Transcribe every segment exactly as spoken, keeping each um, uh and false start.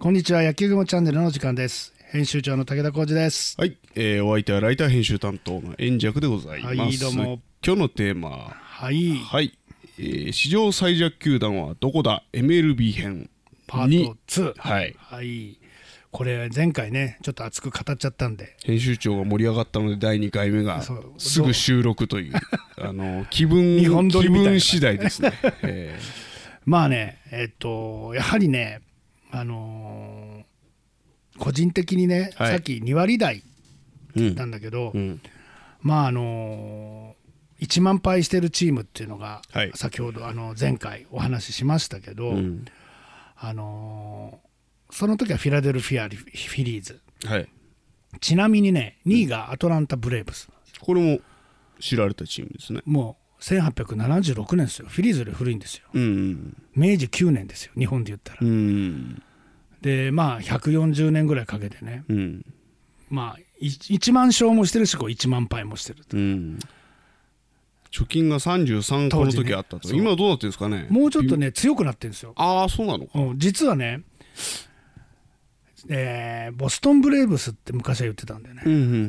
こんにちは、野球雲チャンネルの時間です。編集長の武田浩二です。 はい、えー、お相手はライター編集担当の円尺でございます。 はい、どうも。 今日のテーマ、 はい、 はい、えー、史上最弱球団はどこだ エムエルビー 編パートツー。 はい、 はい、これ前回ねちょっと熱く語っちゃったんで、 編集長が盛り上がったのでだいにかいめがすぐ収録というあの気分日本撮りみたいな気分次第ですね、えー、まあねえっとやはりねあのー、個人的にね、はい、さっきにわりだいって言ったんだけど、うんうん、まああのー、いちまんぱいしてるチームっていうのが、はい、先ほどあの前回お話ししましたけど、うん、あのー、その時はフィラデルフィアフィリーズ、はい、ちなみにねにいがアトランタブレーブス、 うん、これも知られたチームですね。 もうせんはっぴゃくななじゅうろくねんですよ。フィリーズより古いんですよ、うんうん、めいじきゅうねんですよ日本で言ったら、うん、でまあひゃくよんじゅうねんぐらいかけてね、うん、まあいちまんしょうもしてるしこういちまんぱいもしてると、うん、 貯金がさんじゅうさんこの時あったと、ね、今はどうなってるんですかね。 もうちょっとね強くなってるんですよ。 ああそうなのか、 うん、実はね、えー、ボストンブレーブスって昔は言ってたんだよね、うんうんうんうん、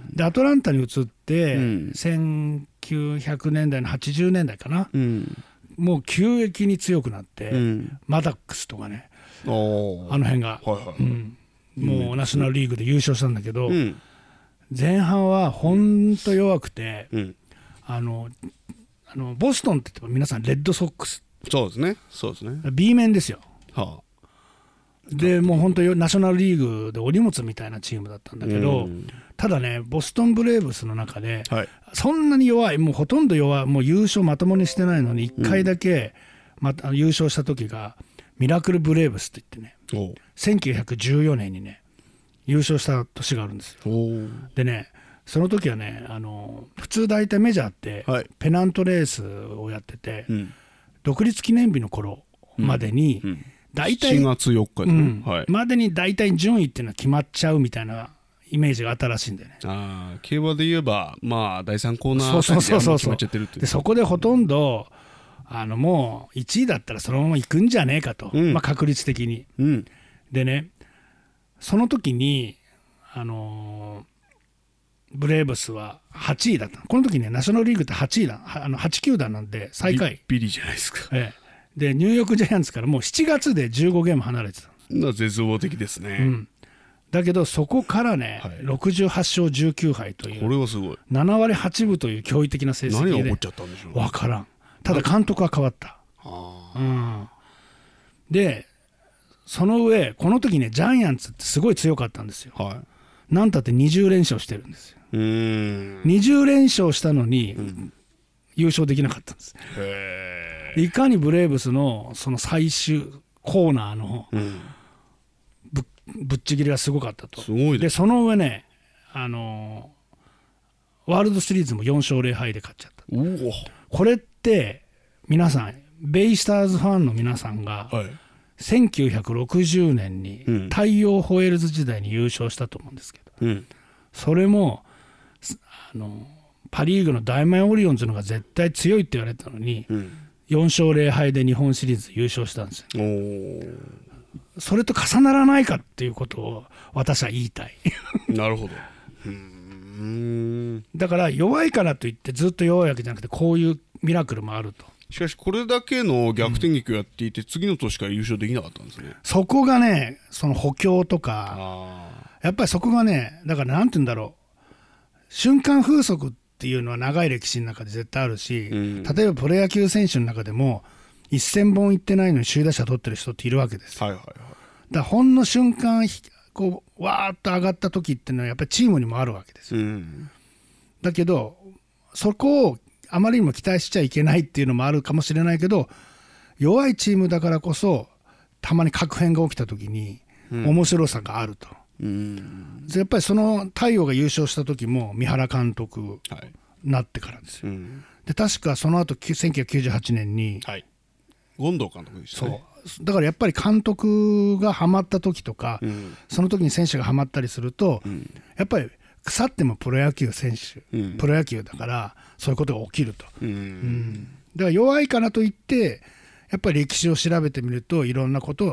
でアトランタに移って、うん、せんきゅうひゃくねんだいのはちじゅうねんだいかな、うん、もう急激に強くなって、うん、マダックスとかねあの辺が、はいはいはい、うん、もうナショナルリーグで優勝したんだけど、うん、前半はほんと弱くて、うん、あのあのボストンって言っても皆さんレッドソックス、 そうですねそうですね B 面ですよ、はあ、でもう本当にナショナルリーグでお荷物みたいなチームだったんだけど、うん、ただねボストンブレーブスの中で、はい、そんなに弱い、もうほとんど弱い、もう優勝まともにしてないのにいっかいだけ、うんま、優勝した時がミラクルブレーブスって言ってね、せんきゅうひゃくじゅうよねんにね優勝した年があるんですよ。でねその時はねあの普通大体メジャーってペナントレースをやってて、はい、独立記念日の頃までに、うんうん大体しちがつよっかで、 うんはい、までに大体順位っていうのは決まっちゃうみたいなイメージがあったらしいんだよね。 あ競馬で言えばまあだいさんコーナーあたりで決まっちゃってるっていう。 でそこでほとんどあのもういちいだったらそのまま行くんじゃねえかと、うんまあ、確率的に、うん、でねその時にあのー、ブレーブスははちいだった。この時ねナショナルリーグってはちいだ、あのはちきゅうだんなんで最下位ビリじゃないですか、 ええでニューヨークジャイアンツからもうしちがつでじゅうごゲーム離れてたの。絶望的ですね、うん、 だけどそこからね、はい、ろくじゅうはっしょうじゅうきゅうはいというこれはすごいななわりはちぶという驚異的な成績で何が起こっちゃったんでしょう、ね、 分からん。ただ監督は変わった、うん、でその上この時ねジャイアンツってすごい強かったんですよ、はい、なんたってにじゅうれんしょうしてるんですよ。うーんにじゅうれんしょうしたのに、うん、優勝できなかったんです。へーいかにブレーブスのその最終コーナーの ぶ, ぶっちぎりがすごかったと。 すごいでその上ね、あのー、ワールドシリーズもよんしょうぜろはいで勝っちゃった。うおこれって皆さんベイスターズファンの皆さんが、はい、せんきゅうひゃくろくじゅうねんに太陽ホエールズ時代に優勝したと思うんですけど、うん、それもあのパ・リーグのダイマンオリオンズの方が絶対強いって言われたのに、うんよんしょうぜろはいで日本シリーズ優勝したんですよ。おそれと重ならないかっていうことを私は言いたいなるほど。うーんだから弱いからといってずっと弱いわけじゃなくてこういうミラクルもあると。 しかしこれだけの逆転劇をやっていて、うん、次の年から優勝できなかったんですね。 そこがねその補強とかやっぱりそこがねだからなんて言うんだろう瞬間風速っていうのは長い歴史の中で絶対あるし、うん、例えばプロ野球選手の中でもせんぼん行ってないのに首位打者取ってる人っているわけですよ、はいはいはい、だからほんの瞬間こうわーっと上がった時っていうのはやっぱりチームにもあるわけですよ、うん、だけどそこをあまりにも期待しちゃいけないっていうのもあるかもしれないけど弱いチームだからこそたまに確変が起きた時に面白さがあると、うん、やっぱりその太陽が優勝した時も三原監督になってからですよ、はいうん、で確かその後せんきゅうひゃくきゅうじゅうはちねんに、はい、 権藤監督でしたね。 そうだからやっぱり監督がハマった時とか、うん、その時に選手がハマったりすると、うん、やっぱり腐ってもプロ野球選手、うん、プロ野球だからそういうことが起きると、うんうん、だから弱いからといってやっぱり歴史を調べてみるといろんなこと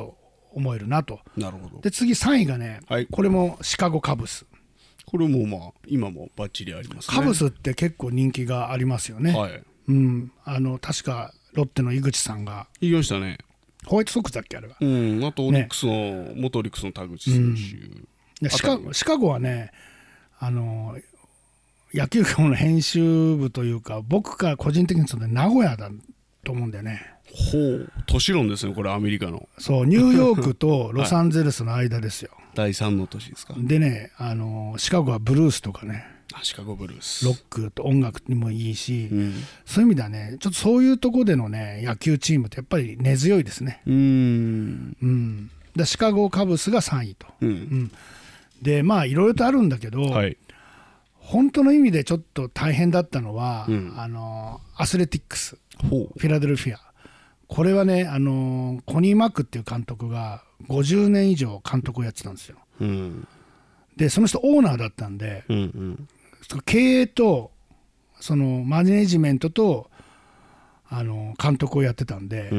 思えるなと。 なるほど。 で次さんいがね、はい、これもシカゴカブス。 これもまあ今もバッチリありますね。 カブスって結構人気がありますよね。 はい、 うん、あの確かロッテの井口さんが言いましたね。 ホワイトソックスだっけあれは。 うん、あとオリックスの、ね、元オリックスの田口選手、 うん、シカゴ、シカゴはね、あの野球部の編集部というか、僕から個人的にその名古屋だと思うんだよね。 ほう、都市論ですね、これアメリカの。 そう、ニューヨークとロサンゼルスの間ですよ。 はい、だいさんの都市ですか。 でね、あのシカゴはブルースとかね、 シカゴブルース、 ロックと音楽にもいいし、 うん、 そういう意味ではね、ちょっとそういうところでのね野球チームってやっぱり根強いですね。 うーん、 うん、でシカゴカブスがさんいと、 うんうん、 でまあいろいろとあるんだけど、はい、本当の意味でちょっと大変だったのは、うん、あのアスレティックス、フィラデルフィア、これはね、あのコニー・マックっていう監督がごじゅうねん以上監督をやってたんですよ。うん、でその人オーナーだったんで、うんうん、経営とそのマネージメントとあの監督をやってたんで、うん、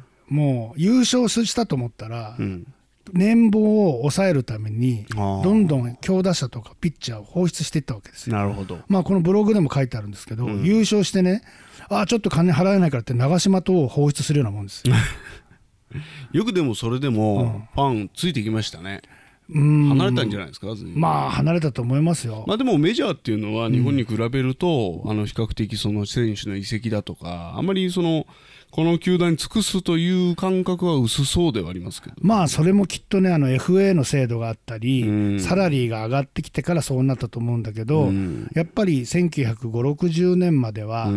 もう優勝したと思ったら、うん、年俸を抑えるためにどんどん強打者とかピッチャーを放出していったわけですよ。 なるほど。 まあこのブログでも書いてあるんですけど、うん、優勝してね、ああちょっと金払えないからって長嶋等を放出するようなもんですよ。 よくでもそれでもファンついてきましたね。うん、離れたんじゃないですか。 まあ離れたと思いますよ。 まあでもメジャーっていうのは日本に比べると、うん、あの比較的その選手の移籍だとかあまりそのこの球団に尽くすという感覚は薄そうではありますけど、 まあそれもきっとね、あの エフエー の制度があったり、うん、サラリーが上がってきてからそうなったと思うんだけど、うん、やっぱりせんきゅうひゃくごじゅう、ろくじゅうねんまでは、うん、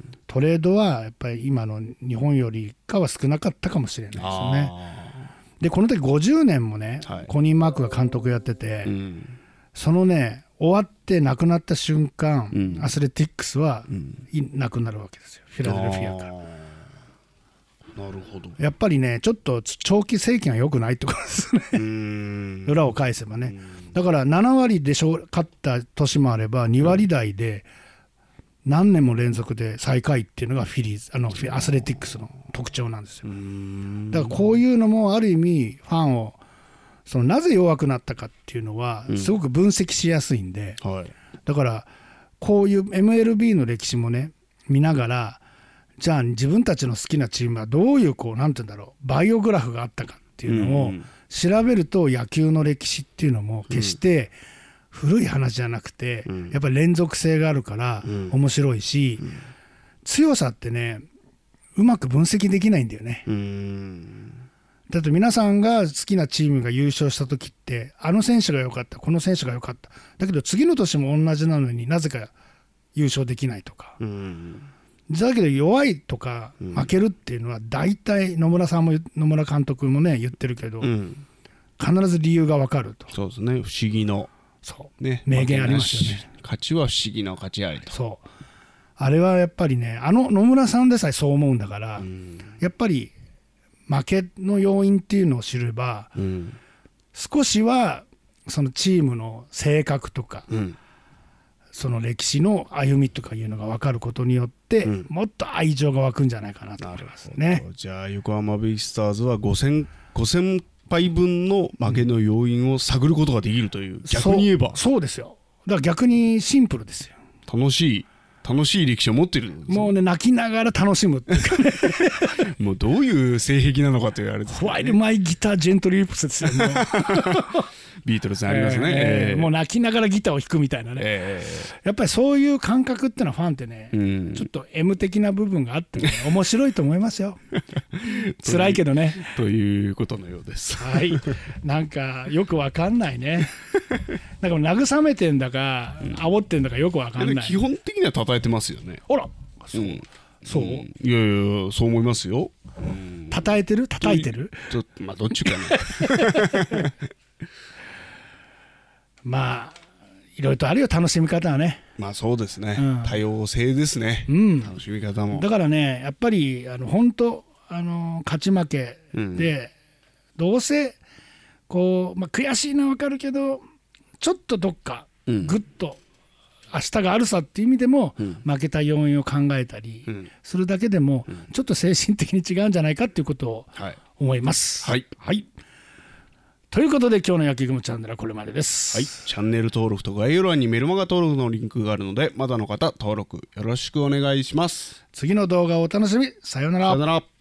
トレードはやっぱり今の日本よりかは少なかったかもしれないですよね。でこの時ごじゅうねんもね、はい、コニー・マークが監督やってて、うん、そのね終わって亡くなった瞬間、うん、アスレティックスは、うん、いなくなるわけですよ、フィラデルフィアから。 なるほど。 やっぱりねちょっと長期政権は良くないってことですね。うーん裏を返せばね。だからななわりで勝った年もあればにわり台で何年も連続で最下位っていうのがフィリーズ、あのアスレティックスの特徴なんですよ。だからこういうのもある意味ファンをそのなぜ弱くなったかっていうのはすごく分析しやすいんで、うんはい、だからこういう エムエルビー の歴史もね見ながら、じゃあ自分たちの好きなチームはどういうこうなんていうんだろうバイオグラフがあったかっていうのを調べると、野球の歴史っていうのも決して古い話じゃなくて、やっぱり連続性があるから面白いし、強さってねうまく分析できないんだよね。だって皆さんが好きなチームが優勝した時ってあの選手が良かった、この選手が良かった、だけど次の年も同じなのになぜか優勝できないとか、だけど弱いとか負けるっていうのは大体野村さんも野村監督もね言ってるけど、必ず理由が分かると。 そうですね、不思議のそうね、名言ありますよね。 勝ちは不思議な勝ちありと。 そうあれはやっぱりね、あの野村さんでさえそう思うんだから、うん、やっぱり負けの要因っていうのを知れば、うん、少しはそのチームの性格とか、うん、その歴史の歩みとかいうのが分かることによって、うん、もっと愛情が湧くんじゃないかなと思いますね。 じゃあ横浜ベイスターズはごせん敗分の負けの要因を探ることができるという、逆に言えばそ, そうですよ。だから逆にシンプルですよ。 楽しい楽しい歴史を持ってるんです。 もうね泣きながら楽しむっていうか、ね、 もうどういう性癖なのかというあれですね。 ホワイルマイギタージェントリープスですよ。もうビートルズありますね、 えーえー、もう泣きながらギターを弾くみたいなね、えー、やっぱりそういう感覚ってのはファンってね、うん、ちょっと M 的な部分があって、ね、面白いと思いますよ。辛いけどねということのようです。 はい、なんかよくわかんないね。なんか慰めてんだか煽ってんだかよくわかんない。 基本的には叩いてますよね。 ほらそう、うん、そう、うん、 いやいやそう思いますよ。 うん、叩いてる叩いてるちょまあどっちかな。 まあいろいろとあるよ楽しみ方はね。 まあそうですね、うん、多様性ですね、うん、楽しみ方も。 だからねやっぱりあの本当あの勝ち負けで、うん、どうせこう、まあ、悔しいのは分かるけどちょっとどっかぐっと明日があるさっていう意味でも、うん、負けた要因を考えたりするだけでも、うん、ちょっと精神的に違うんじゃないかっていうことを思います。 はい、 はい、 ということで今日の野球グムチャンネルはこれまでです。 はい、チャンネル登録と概要欄にメルマガ登録のリンクがあるので、まだの方登録よろしくお願いします。 次の動画をお楽しみ。さようなら。 さようなら。